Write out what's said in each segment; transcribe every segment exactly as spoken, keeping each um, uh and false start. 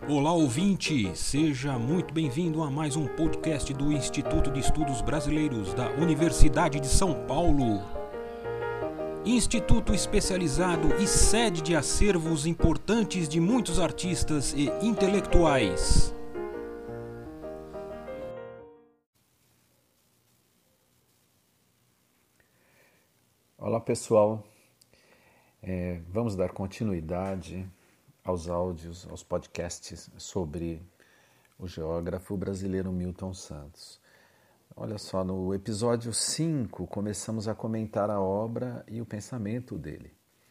Olá ouvinte, seja muito bem-vindo a mais um podcast do Instituto de Estudos Brasileiros da Universidade de São Paulo. Instituto especializado e sede de acervos importantes de muitos artistas e intelectuais. Olá pessoal, é, vamos dar continuidade aos áudios, aos podcasts sobre o geógrafo brasileiro Milton Santos. Olha só, no episódio cinco começamos a comentar a obra e o pensamento dele.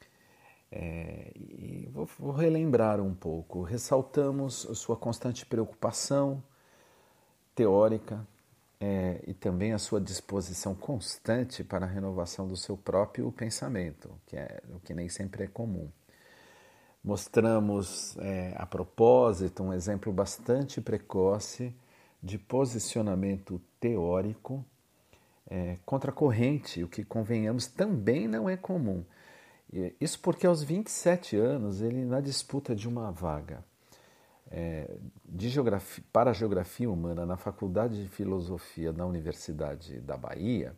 É, e vou, vou relembrar um pouco, ressaltamos sua constante preocupação teórica é, e também a sua disposição constante para a renovação do seu próprio pensamento, que é o que nem sempre é comum. Mostramos, é, a propósito, um exemplo bastante precoce de posicionamento teórico é, contra a corrente, o que, convenhamos, também não é comum. Isso porque aos vinte e sete anos, ele, na disputa de uma vaga é, de geografia, para a Geografia Humana na Faculdade de Filosofia da Universidade da Bahia,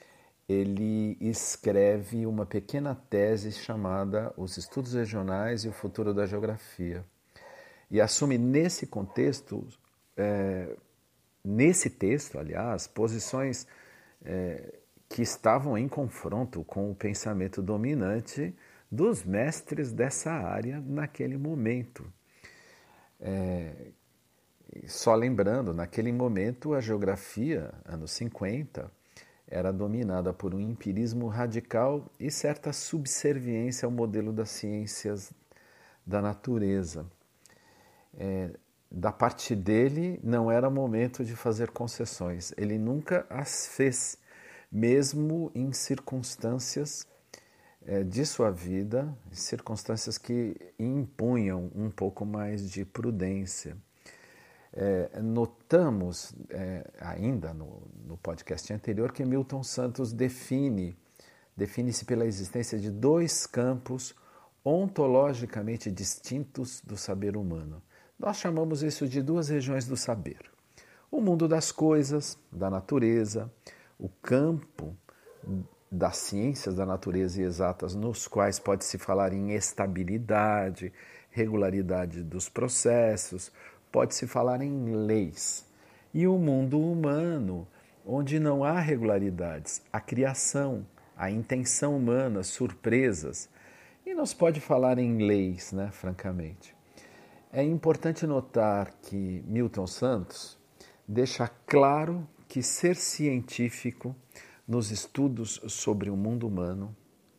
ele escreve uma pequena tese chamada Os Estudos Regionais e o Futuro da Geografia. E assume nesse contexto, é, nesse texto, aliás, posições é, que estavam em confronto com o pensamento dominante dos mestres dessa área naquele momento. É, só lembrando, naquele momento a geografia, anos cinquenta, era dominada por um empirismo radical e certa subserviência ao modelo das ciências da natureza. É, da parte dele, não era momento de fazer concessões. Ele nunca as fez, mesmo em circunstâncias é, de sua vida, circunstâncias que impunham um pouco mais de prudência. É, notamos é, ainda no, no podcast anterior que Milton Santos define, define-se pela existência de dois campos ontologicamente distintos do saber humano. Nós chamamos isso de duas regiões do saber. O mundo das coisas, da natureza, o campo das ciências da natureza e exatas, nos quais pode-se falar em estabilidade, regularidade dos processos, pode-se falar em leis. E o mundo humano, onde não há regularidades, a criação, a intenção humana, surpresas. E não se pode falar em leis, né, francamente. É importante notar que Milton Santos deixa claro que ser científico nos estudos sobre o mundo humano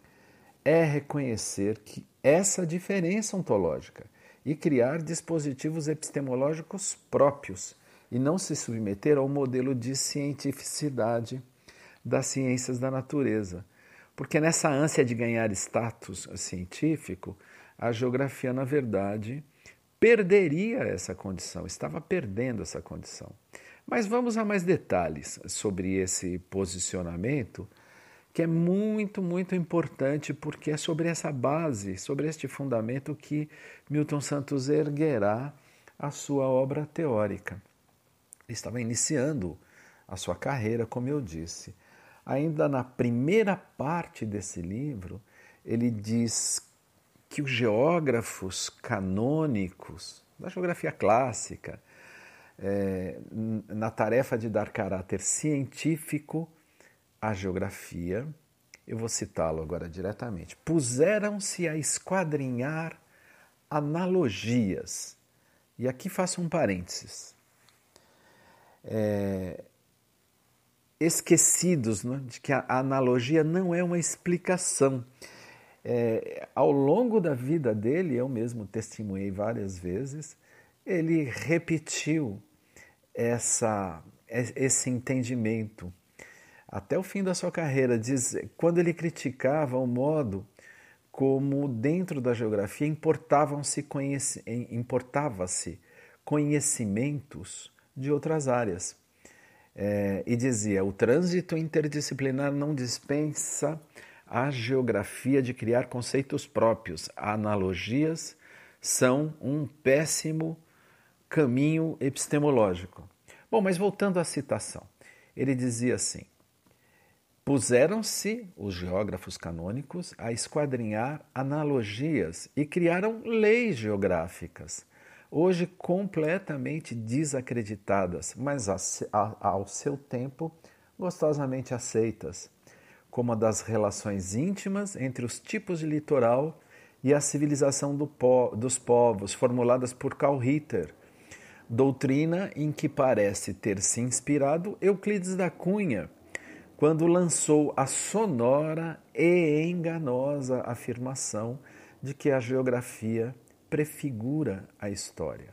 é reconhecer que essa diferença ontológica e criar dispositivos epistemológicos próprios e não se submeter ao modelo de cientificidade das ciências da natureza. Porque nessa ânsia de ganhar status científico, a geografia, na verdade, perderia essa condição, estava perdendo essa condição. Mas vamos a mais detalhes sobre esse posicionamento, que é muito, muito importante, porque é sobre essa base, sobre este fundamento que Milton Santos erguerá a sua obra teórica. Ele estava iniciando a sua carreira, como eu disse. Ainda na primeira parte desse livro, ele diz que os geógrafos canônicos da geografia clássica, é, na tarefa de dar caráter científico à geografia, eu vou citá-lo agora diretamente, puseram-se a esquadrinhar analogias. E aqui faço um parênteses. É, esquecidos, né, de que a analogia não é uma explicação. É, ao longo da vida dele, eu mesmo testemunhei várias vezes, ele repetiu essa, esse entendimento até o fim da sua carreira, diz, quando ele criticava o modo como dentro da geografia importavam-se conheci, importava-se conhecimentos de outras áreas. É, e dizia, o trânsito interdisciplinar não dispensa a geografia de criar conceitos próprios. Analogias são um péssimo caminho epistemológico. Bom, mas voltando à citação, ele dizia assim: puseram-se os geógrafos canônicos a esquadrinhar analogias e criaram leis geográficas, hoje completamente desacreditadas, mas ao seu tempo gostosamente aceitas, como a das relações íntimas entre os tipos de litoral e a civilização do po- dos povos, formuladas por Karl Ritter, doutrina em que parece ter se inspirado Euclides da Cunha, quando lançou a sonora e enganosa afirmação de que a geografia prefigura a história.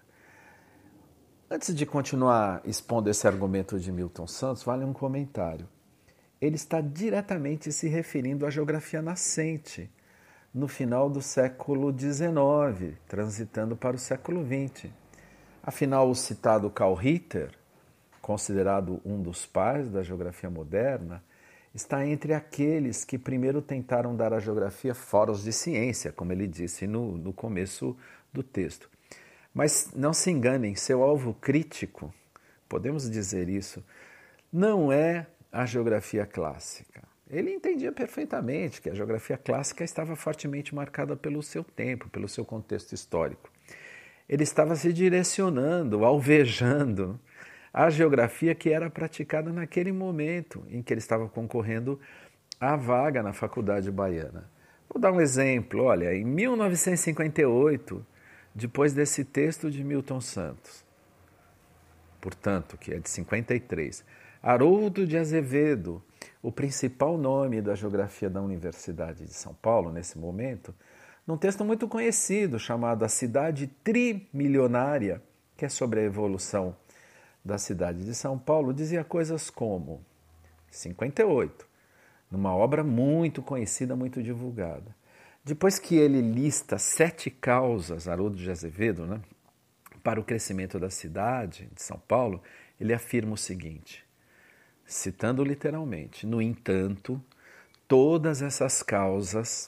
Antes de continuar expondo esse argumento de Milton Santos, vale um comentário. Ele está diretamente se referindo à geografia nascente, no final do século dezenove, transitando para o século vinte. Afinal, o citado Karl Ritter, considerado um dos pais da geografia moderna, está entre aqueles que primeiro tentaram dar à geografia foros de ciência, como ele disse no, no começo do texto. Mas não se enganem, seu alvo crítico, podemos dizer isso, não é a geografia clássica. Ele entendia perfeitamente que a geografia clássica estava fortemente marcada pelo seu tempo, pelo seu contexto histórico. Ele estava se direcionando, alvejando a geografia que era praticada naquele momento em que ele estava concorrendo à vaga na Faculdade Baiana. Vou dar um exemplo. Olha, em mil novecentos e cinquenta e oito, depois desse texto de Milton Santos, portanto, que é de cinquenta e três, Haroldo de Azevedo, o principal nome da geografia da Universidade de São Paulo nesse momento, num texto muito conhecido chamado A Cidade Trimilionária, que é sobre a evolução da cidade de São Paulo, dizia coisas como, cinquenta e oito, numa obra muito conhecida, muito divulgada. Depois que ele lista sete causas, Haroldo de Azevedo, né, para o crescimento da cidade de São Paulo, ele afirma o seguinte, citando literalmente: no entanto, todas essas causas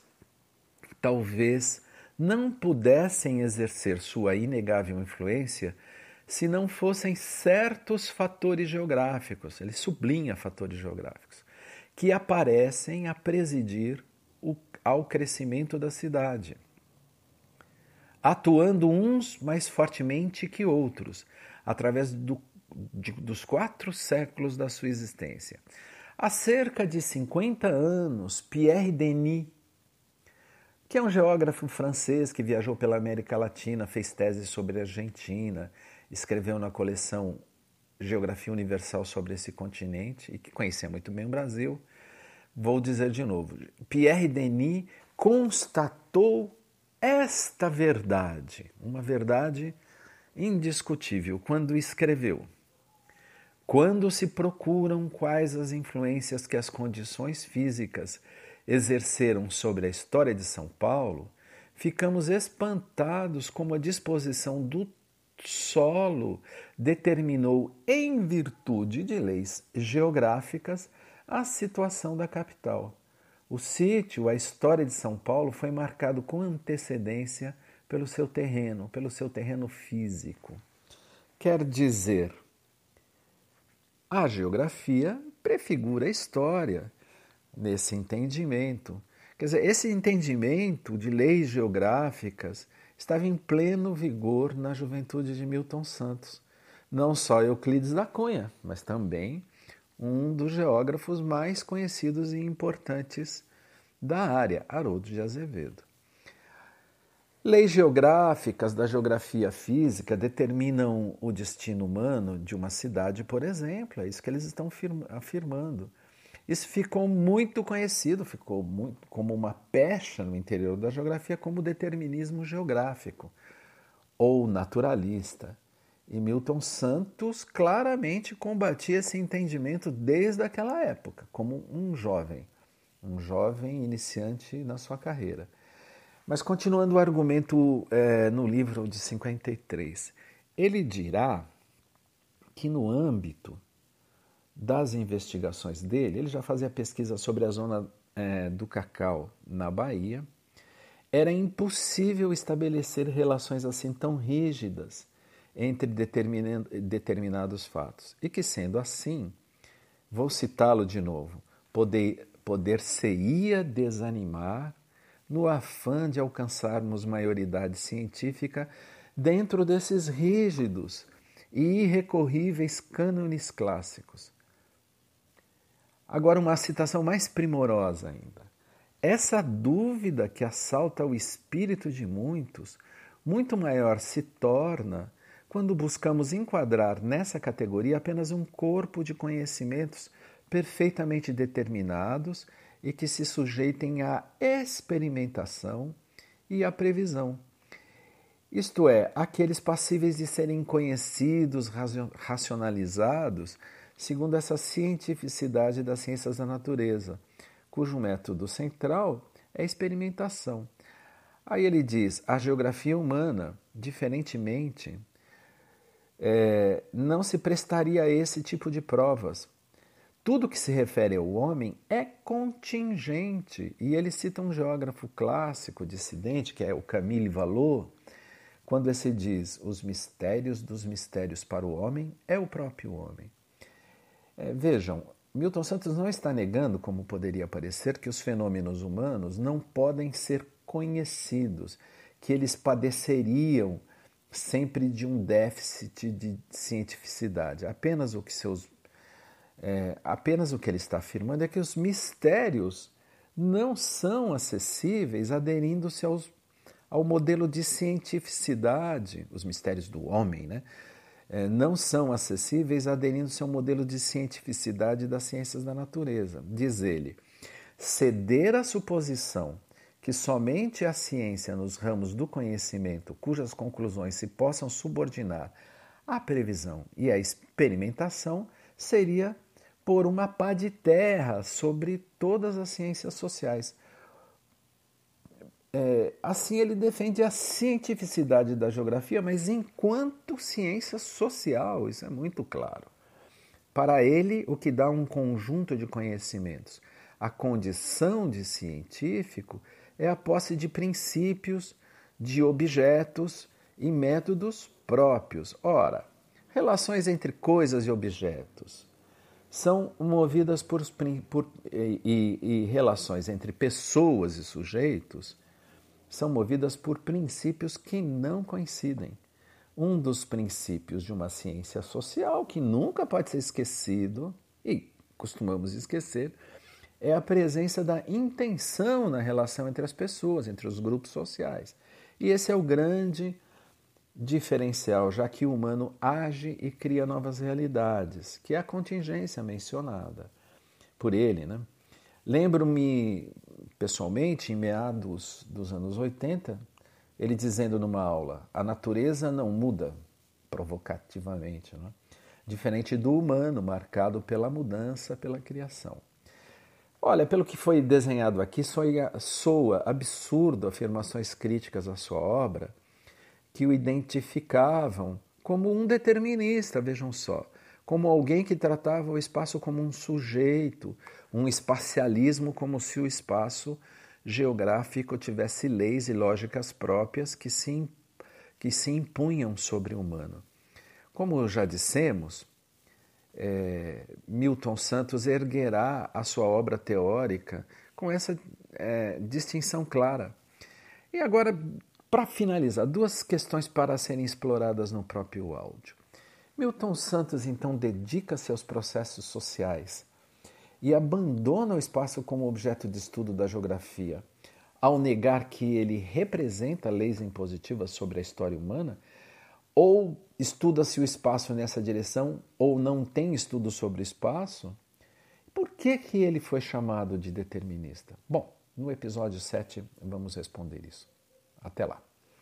talvez não pudessem exercer sua inegável influência se não fossem certos fatores geográficos, ele sublinha fatores geográficos, que aparecem a presidir o, ao crescimento da cidade, atuando uns mais fortemente que outros, através do, de, dos quatro séculos da sua existência. Há cerca de cinquenta anos, Pierre Denis, que é um geógrafo francês que viajou pela América Latina, fez tese sobre a Argentina, escreveu na coleção Geografia Universal sobre esse continente e que conhecia muito bem o Brasil. Vou dizer de novo, Pierre Denis constatou esta verdade, uma verdade indiscutível, quando escreveu: quando se procuram quais as influências que as condições físicas exerceram sobre a história de São Paulo, ficamos espantados como a disposição do solo determinou, em virtude de leis geográficas, a situação da capital. O sítio, a história de São Paulo, foi marcado com antecedência pelo seu terreno, pelo seu terreno físico. Quer dizer, a geografia prefigura a história nesse entendimento. Quer dizer, esse entendimento de leis geográficas estava em pleno vigor na juventude de Milton Santos. Não só Euclides da Cunha, mas também um dos geógrafos mais conhecidos e importantes da área, Haroldo de Azevedo. Leis geográficas da geografia física determinam o destino humano de uma cidade, por exemplo, é isso que eles estão afirmando. Isso ficou muito conhecido, ficou muito, como uma pecha no interior da geografia, como determinismo geográfico ou naturalista. E Milton Santos claramente combatia esse entendimento desde aquela época, como um jovem, um jovem iniciante na sua carreira. Mas continuando o argumento é, no livro de cinquenta e três, ele dirá que no âmbito das investigações dele, ele já fazia pesquisa sobre a zona é, do cacau na Bahia, era impossível estabelecer relações assim tão rígidas entre determinados fatos. E que, sendo assim, vou citá-lo de novo, poder, poder-se-ia desanimar no afã de alcançarmos maioridade científica dentro desses rígidos e irrecorríveis cânones clássicos. Agora, uma citação mais primorosa ainda. Essa dúvida que assalta o espírito de muitos, muito maior se torna quando buscamos enquadrar nessa categoria apenas um corpo de conhecimentos perfeitamente determinados e que se sujeitem à experimentação e à previsão. Isto é, aqueles passíveis de serem conhecidos, racionalizados, segundo essa cientificidade das ciências da natureza, cujo método central é a experimentação. Aí ele diz, a geografia humana, diferentemente, é, não se prestaria a esse tipo de provas. Tudo que se refere ao homem é contingente. E ele cita um geógrafo clássico, dissidente, que é o Camille Vallot, quando esse diz, os mistérios dos mistérios para o homem é o próprio homem. É, vejam, Milton Santos não está negando, como poderia parecer, que os fenômenos humanos não podem ser conhecidos, que eles padeceriam sempre de um déficit de cientificidade. Apenas o que seus, é, apenas o que ele está afirmando é que os mistérios não são acessíveis aderindo-se aos, ao modelo de cientificidade, os mistérios do homem, né? É, não são acessíveis aderindo-se ao modelo de cientificidade das ciências da natureza. Diz ele, ceder à suposição que somente a ciência nos ramos do conhecimento, cujas conclusões se possam subordinar à previsão e à experimentação, seria pôr uma pá de terra sobre todas as ciências sociais. É, assim ele defende a cientificidade da geografia, mas enquanto ciência social, isso é muito claro. Para ele, o que dá um conjunto de conhecimentos, a condição de científico, é a posse de princípios, de objetos e métodos próprios. Ora, relações entre coisas e objetos são movidas por, por e, e, e relações entre pessoas e sujeitos são movidas por princípios que não coincidem. Um dos princípios de uma ciência social, que nunca pode ser esquecido, e costumamos esquecer, é a presença da intenção na relação entre as pessoas, entre os grupos sociais. E esse é o grande diferencial, já que o humano age e cria novas realidades, que é a contingência mencionada por ele, né? Lembro-me, pessoalmente, em meados dos anos oitenta, ele dizendo numa aula, a natureza não muda, provocativamente, né? Diferente do humano, marcado pela mudança, pela criação. Olha, pelo que foi desenhado aqui, soa absurdo afirmações críticas à sua obra que o identificavam como um determinista, vejam só, como alguém que tratava o espaço como um sujeito, um espacialismo como se o espaço geográfico tivesse leis e lógicas próprias que se, que se impunham sobre o humano. Como já dissemos, é, Milton Santos erguerá a sua obra teórica com essa é, distinção clara. E agora, para finalizar, duas questões para serem exploradas no próprio áudio. Milton Santos, então, dedica-se aos processos sociais e abandona o espaço como objeto de estudo da geografia, ao negar que ele representa leis impositivas sobre a história humana, ou estuda-se o espaço nessa direção, ou não tem estudo sobre o espaço? Por que que ele foi chamado de determinista? Bom, no episódio sete vamos responder isso. Até lá.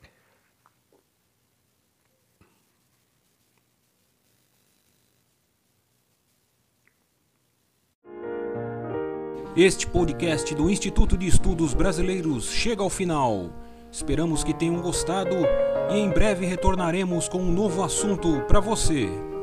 Este podcast do Instituto de Estudos Brasileiros chega ao final. Esperamos que tenham gostado e em breve retornaremos com um novo assunto para você.